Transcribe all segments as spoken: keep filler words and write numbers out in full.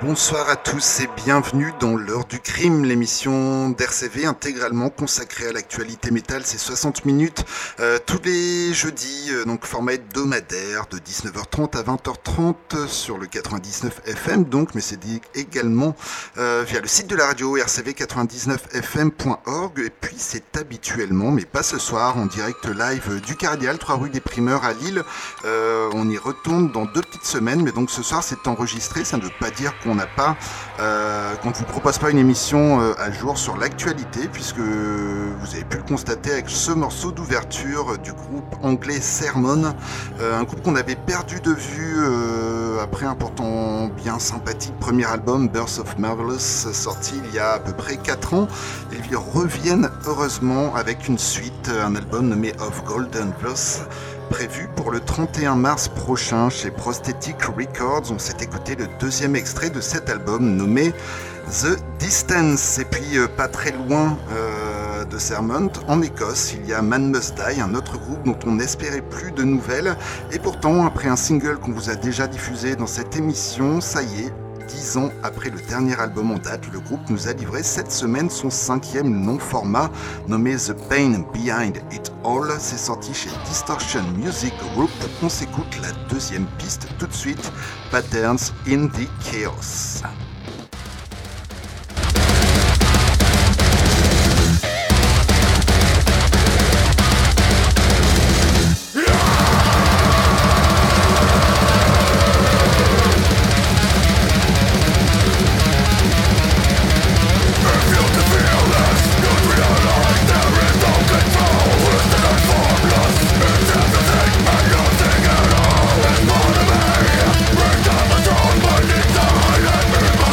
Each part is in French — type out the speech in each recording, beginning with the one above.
Bonsoir à tous et bienvenue dans l'heure du crime, l'émission d'R C V intégralement consacrée à l'actualité métal. C'est soixante minutes euh, tous les jeudis, euh, donc format hebdomadaire de dix-neuf heures trente à vingt heures trente sur le quatre-vingt-dix-neuf F M, donc, mais c'est dit également euh, via le site de la radio r c v quatre-vingt-dix-neuf f m point org. Et puis c'est habituellement, mais pas ce soir, en direct live du Cardial, trois rue des Primeurs à Lille. Euh, on y retourne dans deux petites semaines, mais donc ce soir c'est enregistré. Ça ne veut pas dire qu'on n'a pas, euh, qu'on ne vous propose pas une émission euh, à jour sur l'actualité, puisque vous avez pu le constater avec ce morceau d'ouverture du groupe anglais Sermon, euh, un groupe qu'on avait perdu de vue euh, après un pourtant bien sympathique premier album Birth of Marvelous, sorti il y a à peu près quatre ans. Ils reviennent heureusement avec une suite, un album nommé Of Golden Verse, prévu pour le trente et un mars prochain chez Prosthetic Records. On s'est écouté le deuxième extrait de cet album nommé The Distance. Et puis euh, pas très loin euh, de Sermon, en Écosse, il y a Man Must Die, un autre groupe dont on n'espérait plus de nouvelles. Et pourtant, après un single qu'on vous a déjà diffusé dans cette émission, ça y est, dix ans après le dernier album en date, le groupe nous a livré cette semaine son cinquième long-format nommé The Pain Behind It All. C'est sorti chez Distortion Music Group. On s'écoute la deuxième piste tout de suite, Patterns in the Chaos. It's not a man, bring down the throne, but it's silent,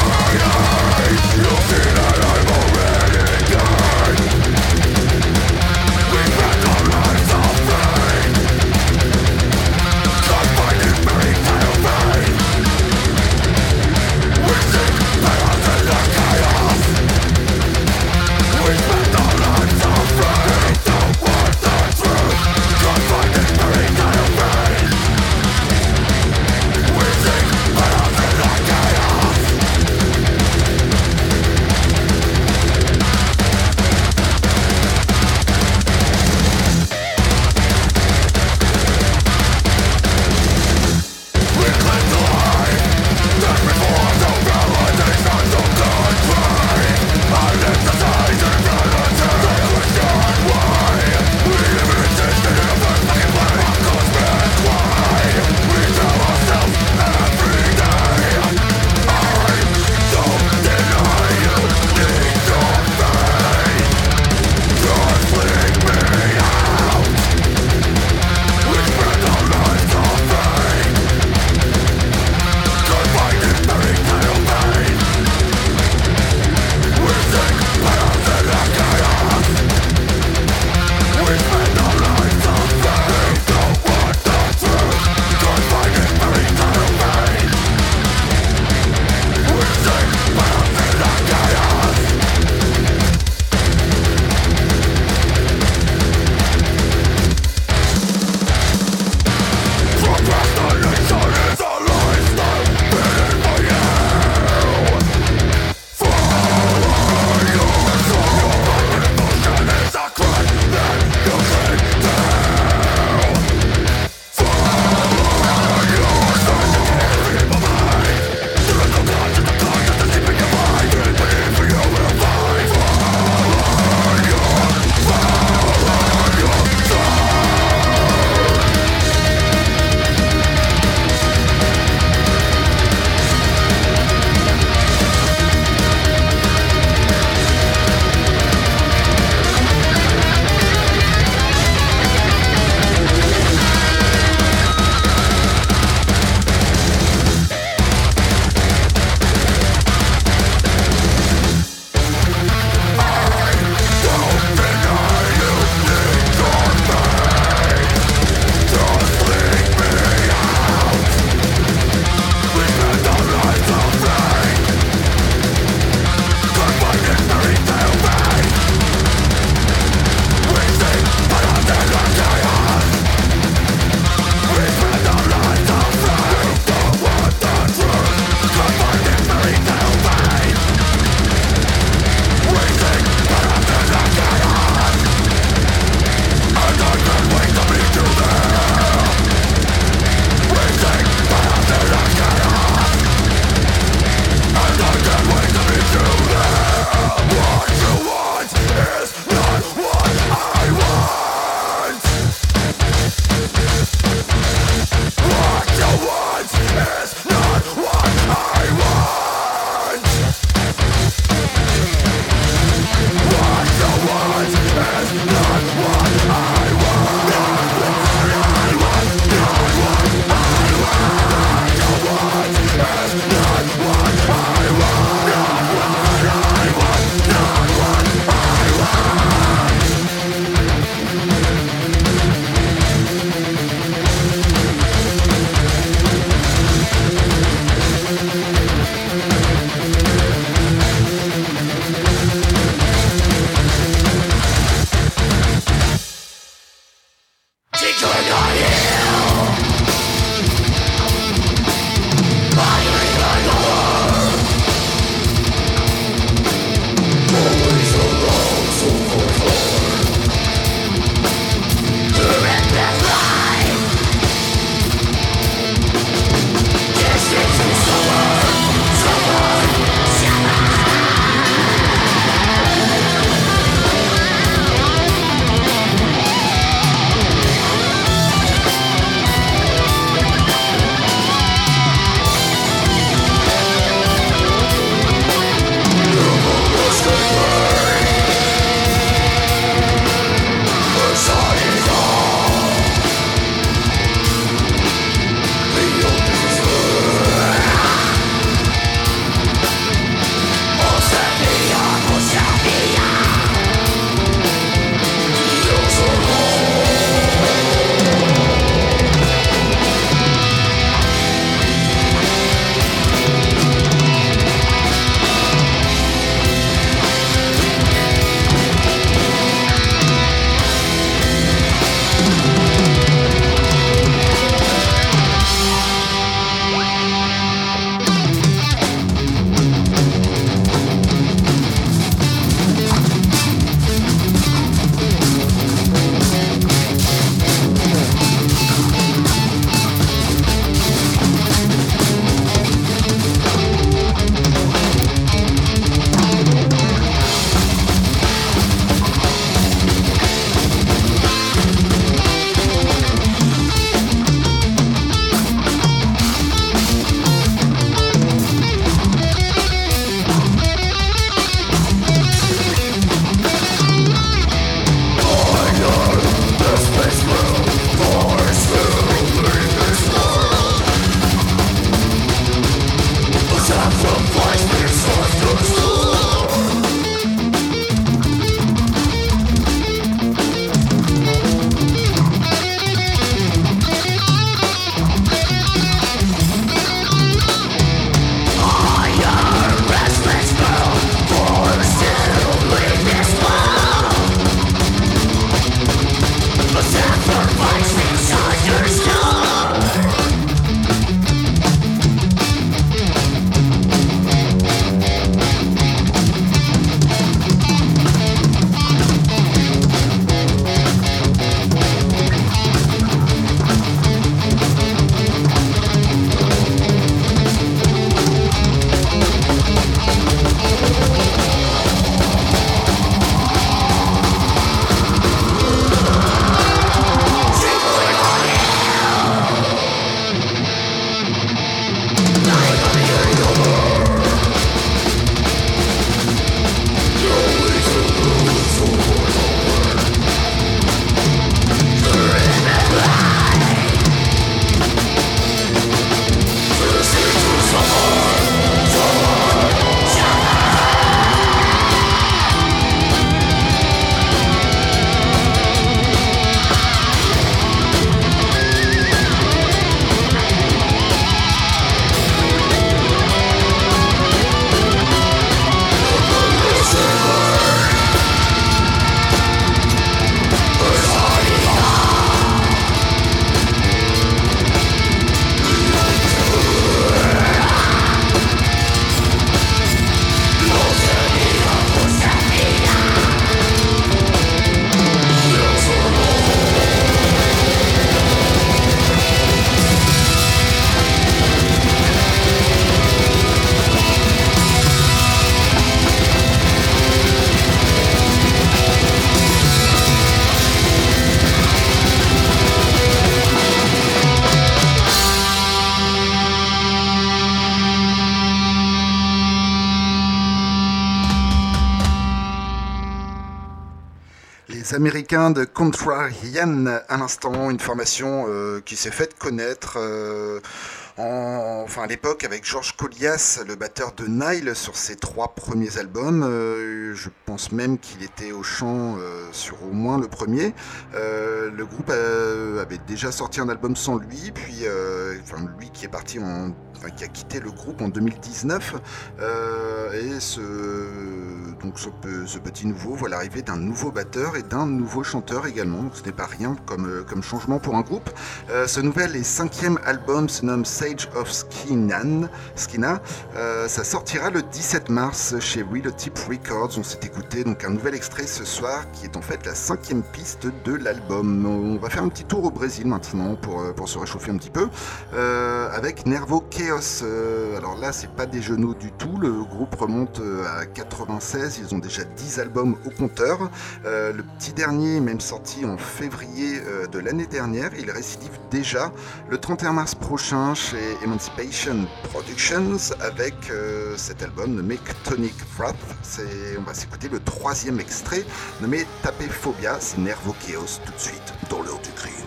Les Américains de Contrarian à l'instant, une formation euh, qui s'est faite connaître euh, en, enfin à l'époque avec George Colias, le batteur de Nile, sur ses trois premiers albums. Euh, je pense même qu'il était au chant euh, sur au moins le premier. Euh, le groupe euh, avait déjà sorti un album sans lui, puis euh, enfin lui qui est parti en Enfin, qui a quitté le groupe en deux mille dix-neuf euh, et ce, donc ce, ce petit nouveau voit l'arrivée d'un nouveau batteur et d'un nouveau chanteur également, donc ce n'est pas rien comme, comme changement pour un groupe. Euh, ce nouvel et cinquième album se nomme Sage of Skinan, Skina. Euh, ça sortira le dix-sept mars chez Relotype Records. On s'est écouté donc un nouvel extrait ce soir qui est en fait la cinquième piste de l'album. On va faire un petit tour au Brésil maintenant pour, pour se réchauffer un petit peu euh, avec Nervo Chaos. Euh, alors là, c'est pas des genoux du tout. Le groupe remonte à quatre-vingt-seize. Ils ont déjà dix albums au compteur. Euh, le petit dernier est même sorti en février euh, de l'année dernière. Il récidive déjà le trente et un mars prochain chez Emancipation Productions avec euh, cet album nommé Tonic Wrath. C'est, on va s'écouter le troisième extrait nommé Tapephobia. C'est Nervo Chaos tout de suite dans l'heure du crime.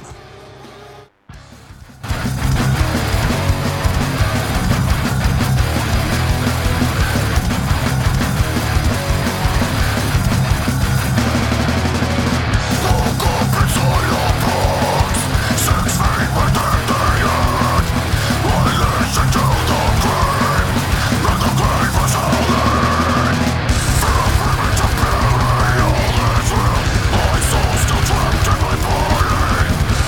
Still trapped in my body.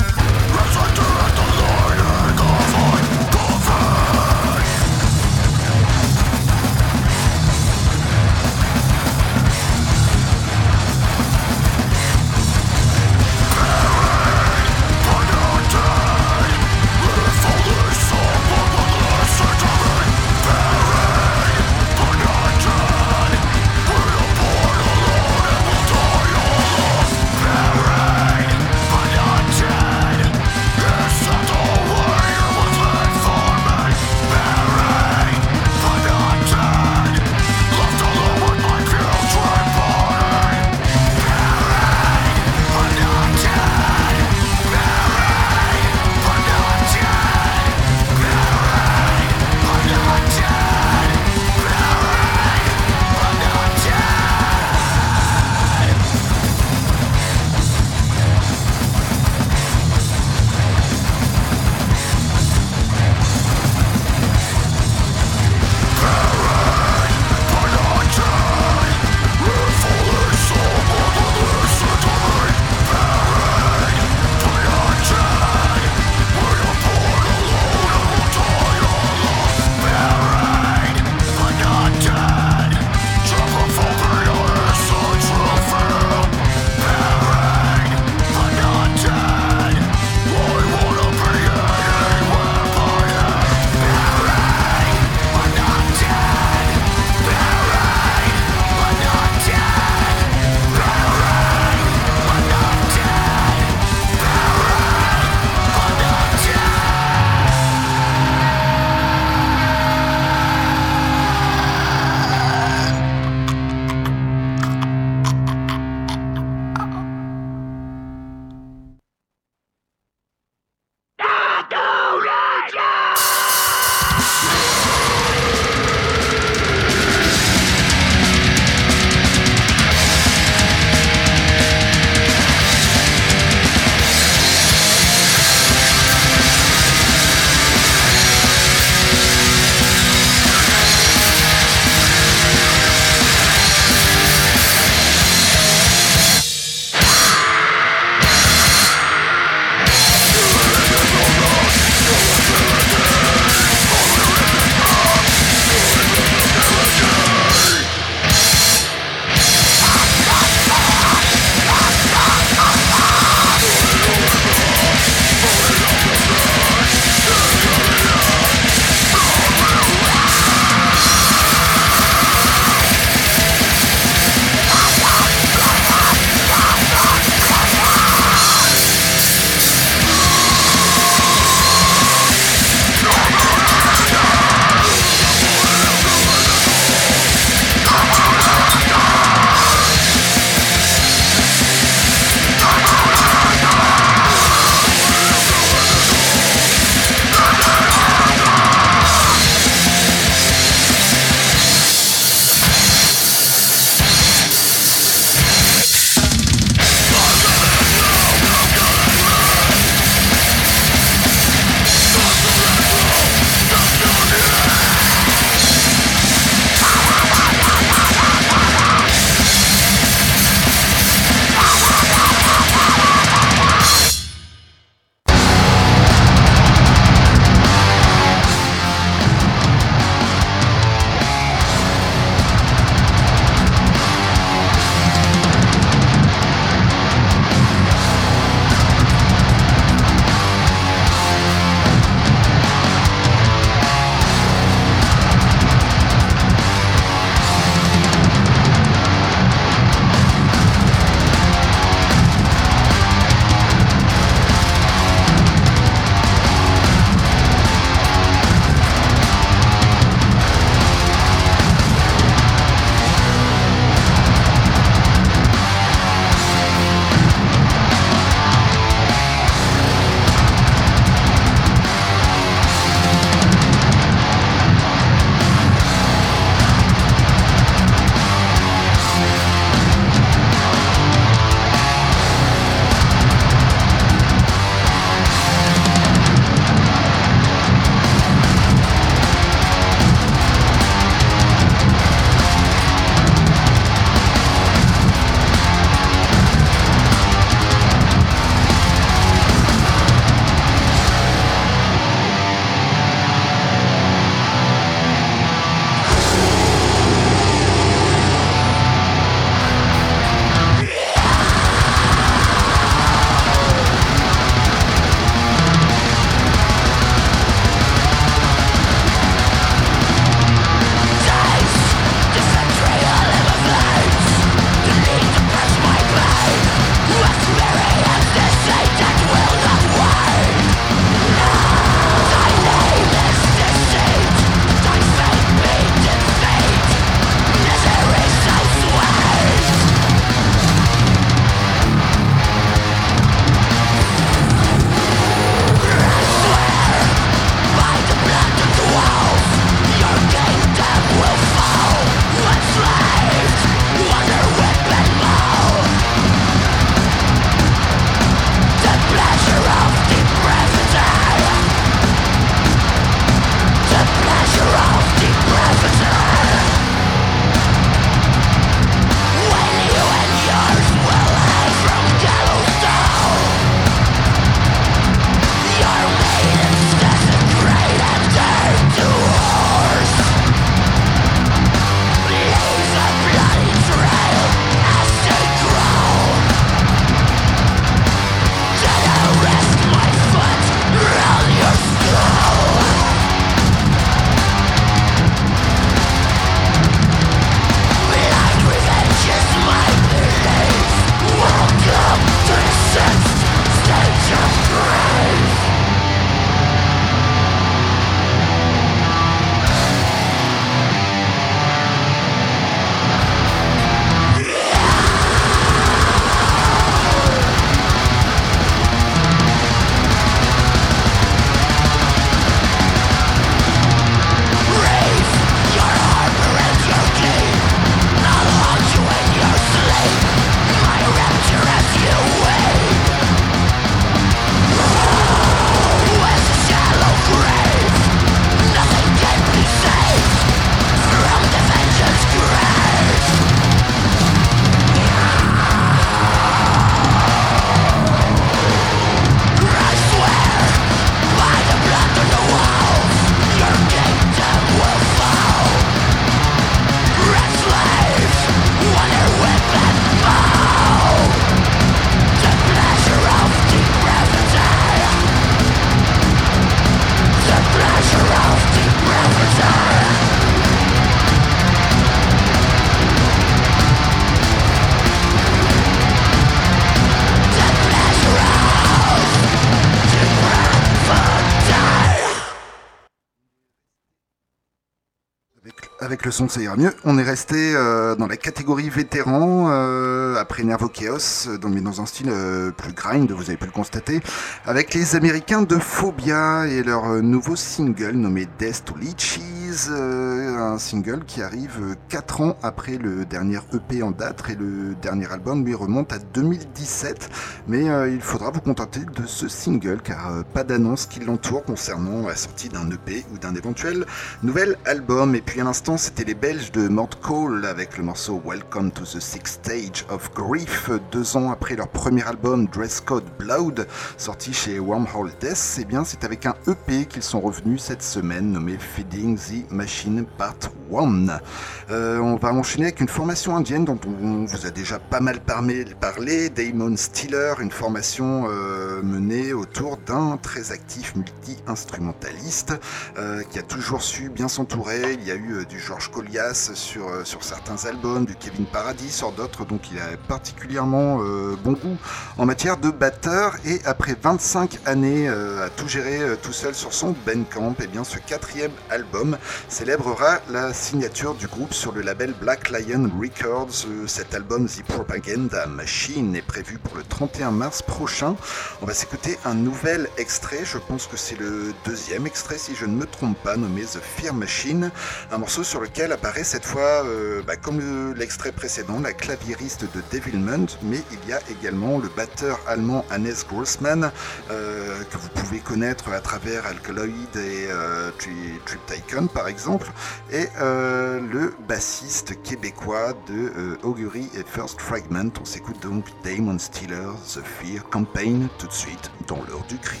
avec le son ça ira mieux. On est resté euh, dans la catégorie vétéran euh, après Nervo Chaos, dans, mais dans un style euh, plus grind, vous avez pu le constater, avec les Américains de Phobia et leur euh, nouveau single nommé Death to Leeches, euh, un single qui arrive quatre ans après le dernier E P en date, et le dernier album lui remonte à deux mille dix-sept, mais euh, il faudra vous contenter de ce single car euh, pas d'annonce qui l'entoure concernant la sortie d'un E P ou d'un éventuel nouvel album. Et puis à l'instant c'était les Belges de Mordcall avec le morceau Welcome to the Sixth Stage of Grief, deux ans après leur premier album Dress Code Blood sorti chez Wormhole Death. Et bien c'est avec un E P qu'ils sont revenus cette semaine nommé Feeding the Machine Part un. Euh, on va enchaîner avec une formation indienne dont on vous a déjà pas mal parlé, Damon Steeler, une formation euh, menée autour d'un très actif multi-instrumentaliste euh, qui a toujours su bien s'entourer. Il y a eu euh, du George Colias sur, euh, sur certains albums, du Kevin Paradis sur d'autres, donc il a particulièrement euh, bon goût en matière de batteur, et après vingt-cinq années euh, à tout gérer euh, tout seul sur son Bandcamp, et bien ce quatrième album célébrera la signature du groupe sur le label Black Lion Records. Cet album The Propaganda Machine est prévu pour le trente et un mars prochain. On va s'écouter un nouvel extrait, je pense que c'est le deuxième extrait si je ne me trompe pas, nommé The Fear Machine, un morceau sur lequel apparaît cette fois, euh, bah, comme le, l'extrait précédent, la claviériste de Devilment, mais il y a également le batteur allemand Hannes Grossmann, euh, que vous pouvez connaître à travers Alkaloid et euh, Triptychon par exemple, et euh, le bassiste québécois de euh, Augury et First Fragment. On s'écoute donc Damon Steeler, The Fear Campaign, tout de suite dans l'heure du crime.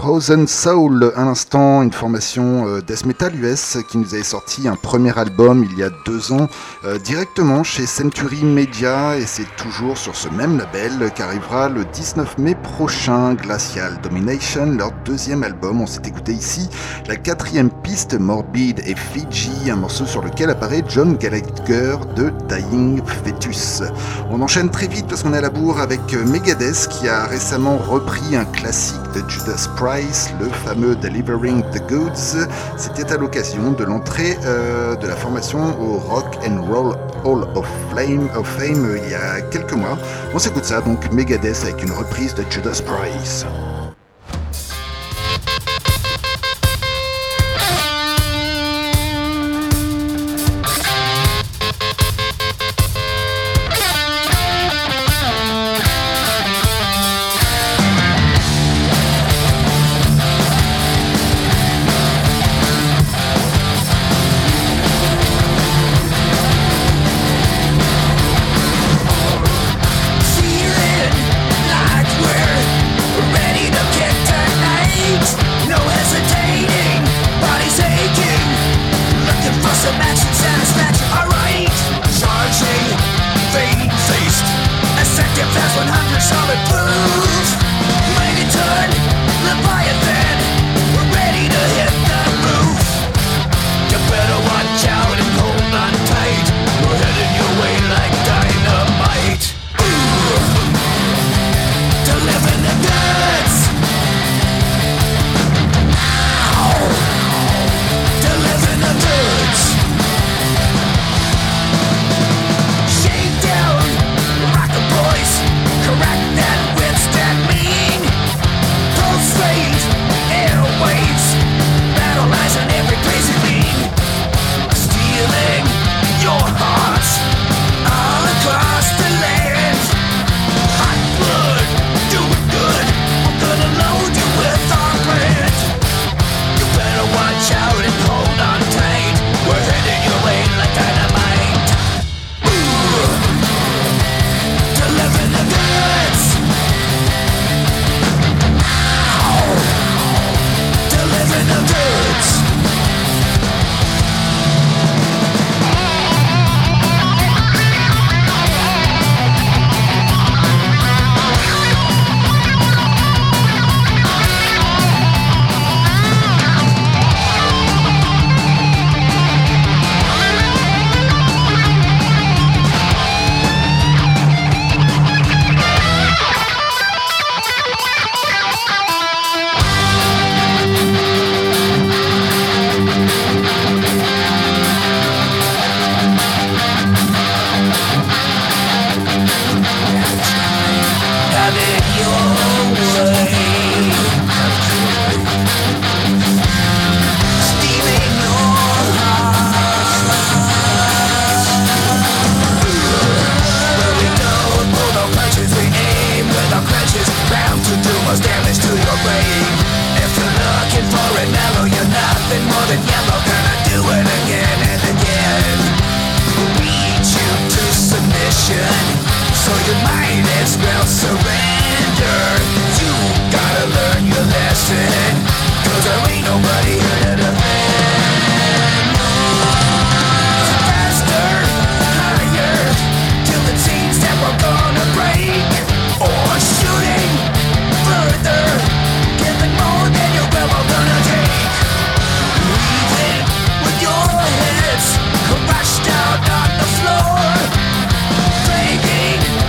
Frozen Soul, à l'instant, une formation euh, death metal U S qui nous avait sorti un premier album il y a deux ans euh, directement chez Century Media, et c'est toujours sur ce même label qu'arrivera le dix-neuf mai prochain Glacial Domination, leur deuxième album. On s'est écouté ici la quatrième piste, Morbid et Fiji, un morceau sur lequel apparaît John Gallagher de Dying Fetus. On enchaîne très vite parce qu'on est à la bourre avec Megadeth qui a récemment repris un classique de Judas Priest, le fameux Delivering the Goods. C'était à l'occasion de l'entrée euh, de la formation au Rock and Roll Hall of Fame, of Fame euh, il y a quelques mois. On s'écoute ça, donc Megadeth avec une reprise de Judas Priest.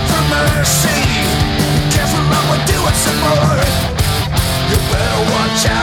Watch out.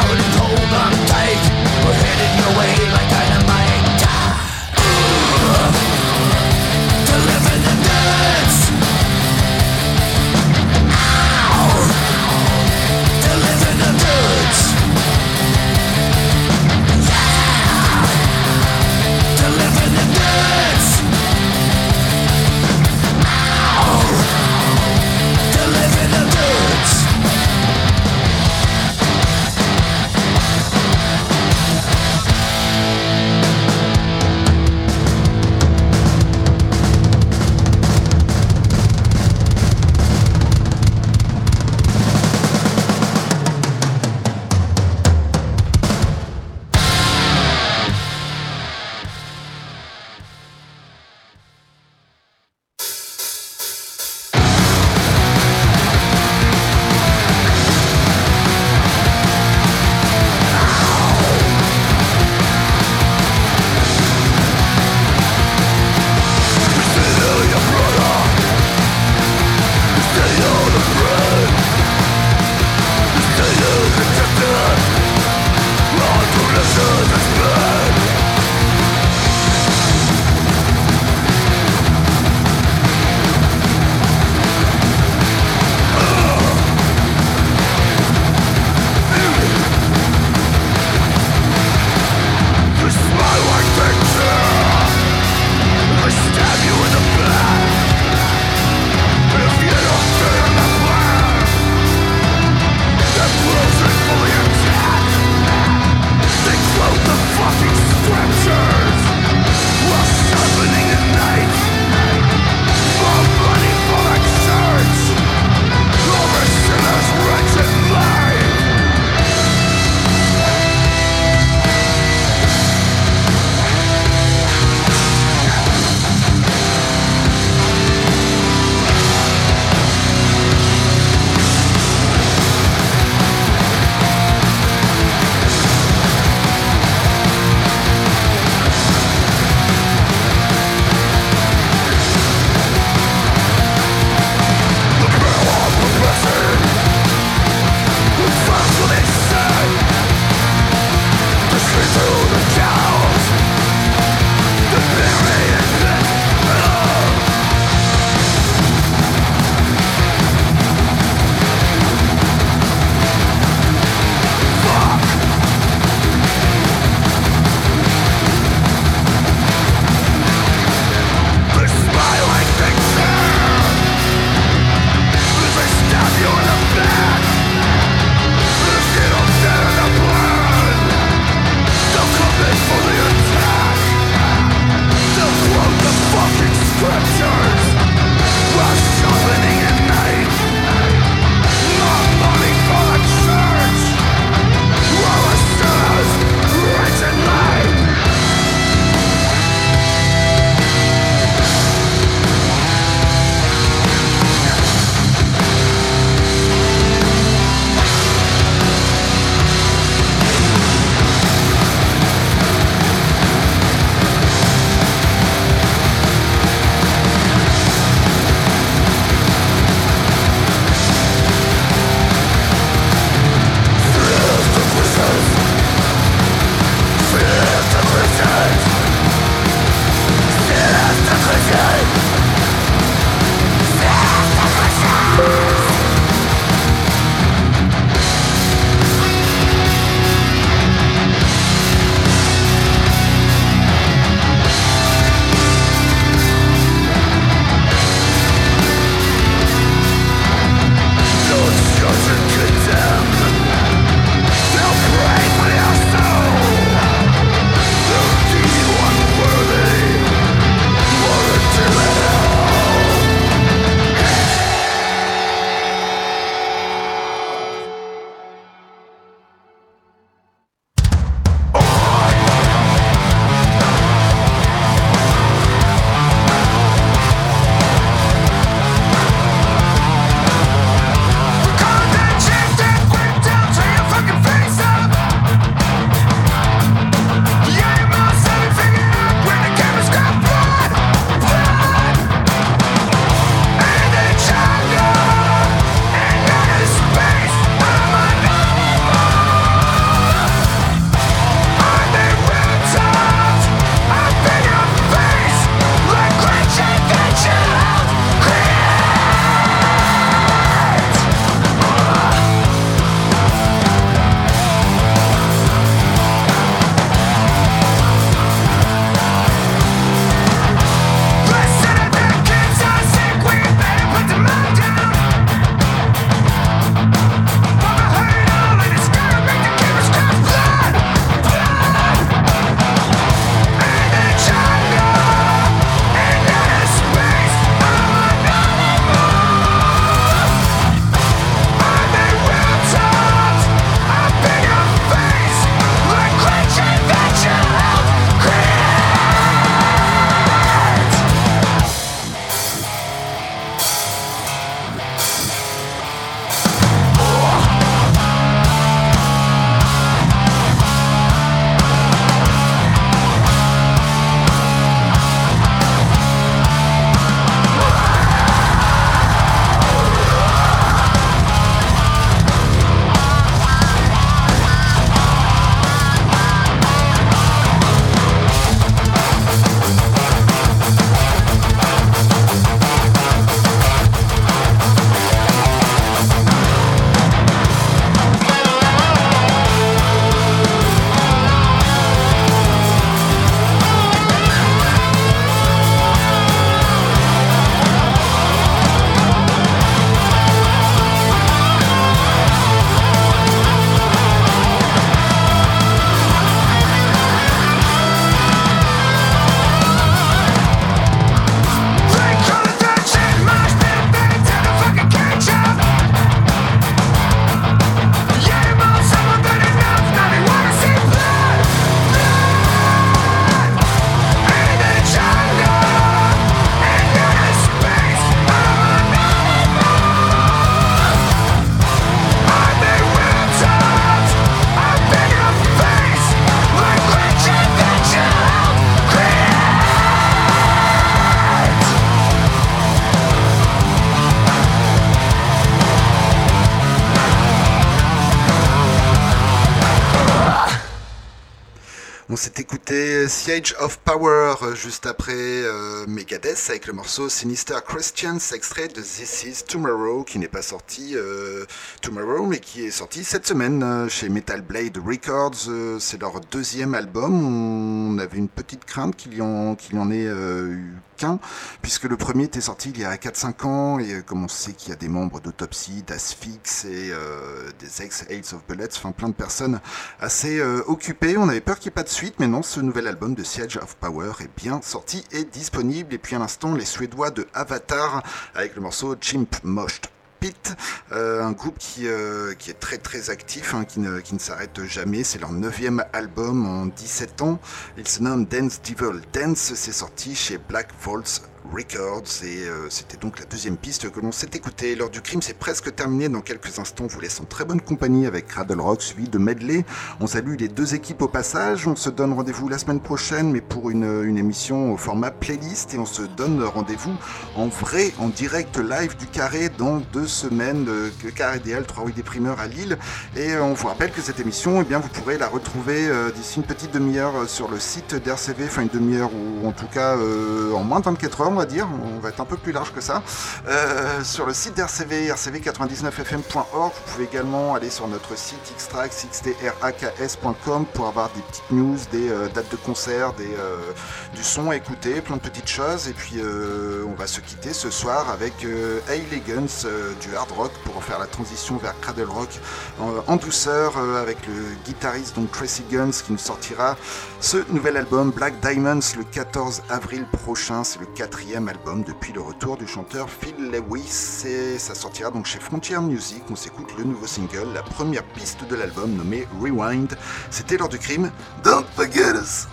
On s'est écouté Siege of Power juste après euh, Megadeth avec le morceau Sinister Christians, extrait de This Is Tomorrow, qui n'est pas sorti euh, Tomorrow, mais qui est sorti cette semaine euh, chez Metal Blade Records. Euh, c'est leur deuxième album. On avait une petite crainte qu'il y en, qu'il y en ait euh, eu qu'un, puisque le premier était sorti il y a quatre cinq ans, et euh, comme on sait qu'il y a des membres d'Autopsy, d'Asphyx et euh, des ex-Aids of Bullets, enfin plein de personnes assez euh, occupées, on avait peur qu'il n'y ait pas de suite, mais non, ce nouvel album de Siege of Power est bien sorti et disponible. Et puis à l'instant, les Suédois de Avatar avec le morceau Chimp Moshed Pit, euh, un groupe qui, euh, qui est très très actif, hein, qui ne, qui ne s'arrête jamais. C'est leur neuvième album en dix-sept ans. Il se nomme Dance Devil Dance. C'est sorti chez Black Vaults Records et euh, c'était donc la deuxième piste que l'on s'est écoutée. L'heure du crime, c'est presque terminé. Dans quelques instants, on vous laisse en très bonne compagnie avec Cradle Rock suivi de Medley. On salue les deux équipes au passage. On se donne rendez-vous la semaine prochaine, mais pour une, une émission au format playlist, et on se donne rendez-vous en vrai, en direct live du Carré dans deux semaines. Le Carré D L, trois rue des Primeurs à Lille. Et euh, on vous rappelle que cette émission, eh bien, vous pourrez la retrouver euh, d'ici une petite demi-heure euh, sur le site d'R C V, enfin une demi-heure ou en tout cas euh, en moins de vingt-quatre heures, on va dire, on va être un peu plus large que ça, euh, sur le site d'R C V, r c v quatre-vingt-dix-neuf f m point org. Vous pouvez également aller sur notre site xtrax, x t r a k s point com pour avoir des petites news, des euh, dates de concert, des, euh, du son à écouter, plein de petites choses. Et puis euh, on va se quitter ce soir avec euh, Hayley Guns euh, du hard rock pour faire la transition vers Cradle Rock en, en douceur euh, avec le guitariste donc Tracy Guns qui nous sortira ce nouvel album Black Diamonds le quatorze avril prochain. C'est le quatrième album depuis le retour du chanteur Phil Lewis et ça sortira donc chez Frontier Music. On s'écoute le nouveau single, la première piste de l'album nommée Rewind. C'était l'heure du crime. Don't forget us.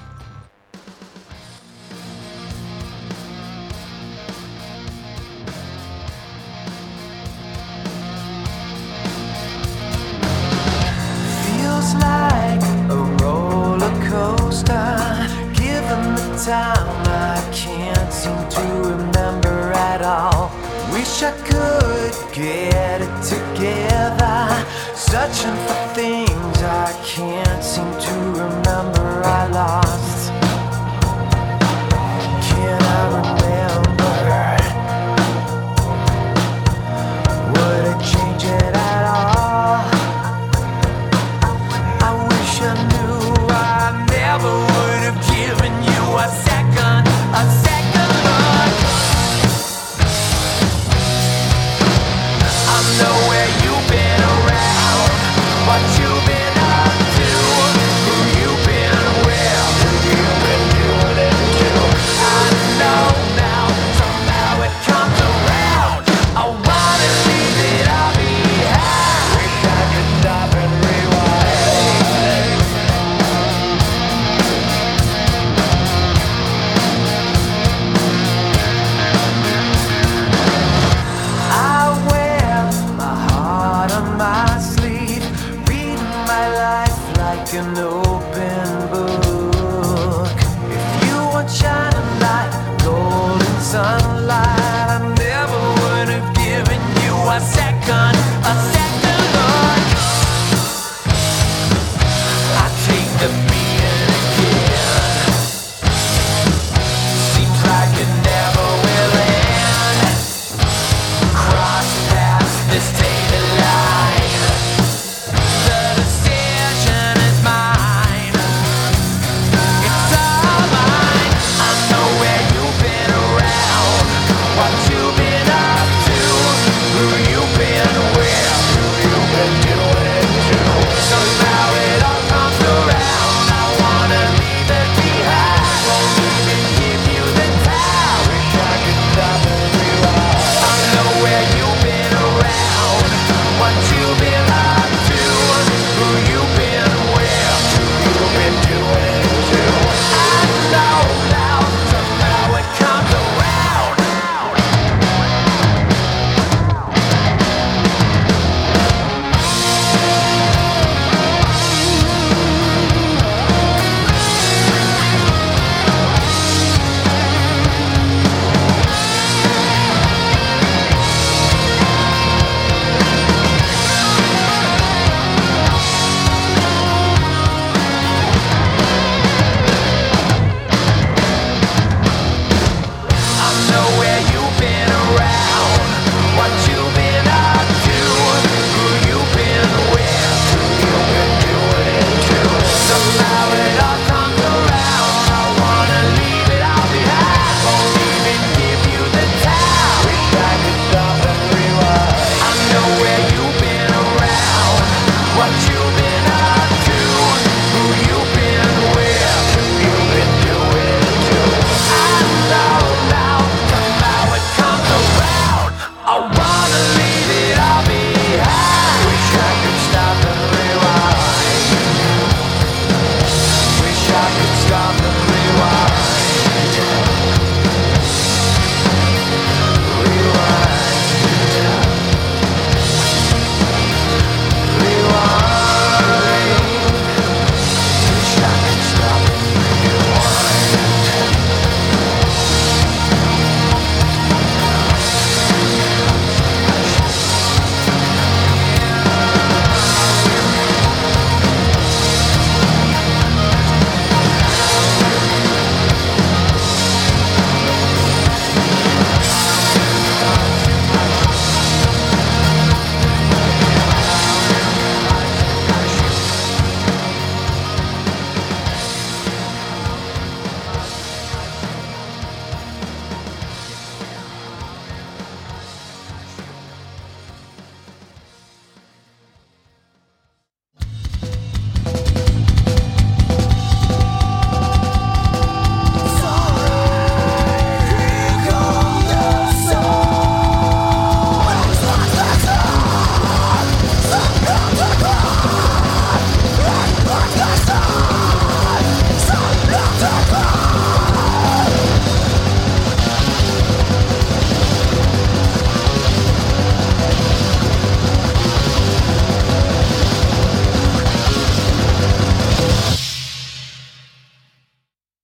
Feels like a roller coaster. Given the time, I can't seem to remember at all. Wish I could get it together. Searching for things I can't seem to remember I lost. Can I remember? Would it change it at all? I wish I knew I never would have given you a second, a second look. I know where you've been around, what you've been up to, who you've been with, who you've been doing it to. I know now, somehow it comes around. I wanna leave it all behind. We can stop and rewind. I wear my heart on my sleeve, reading my life like an old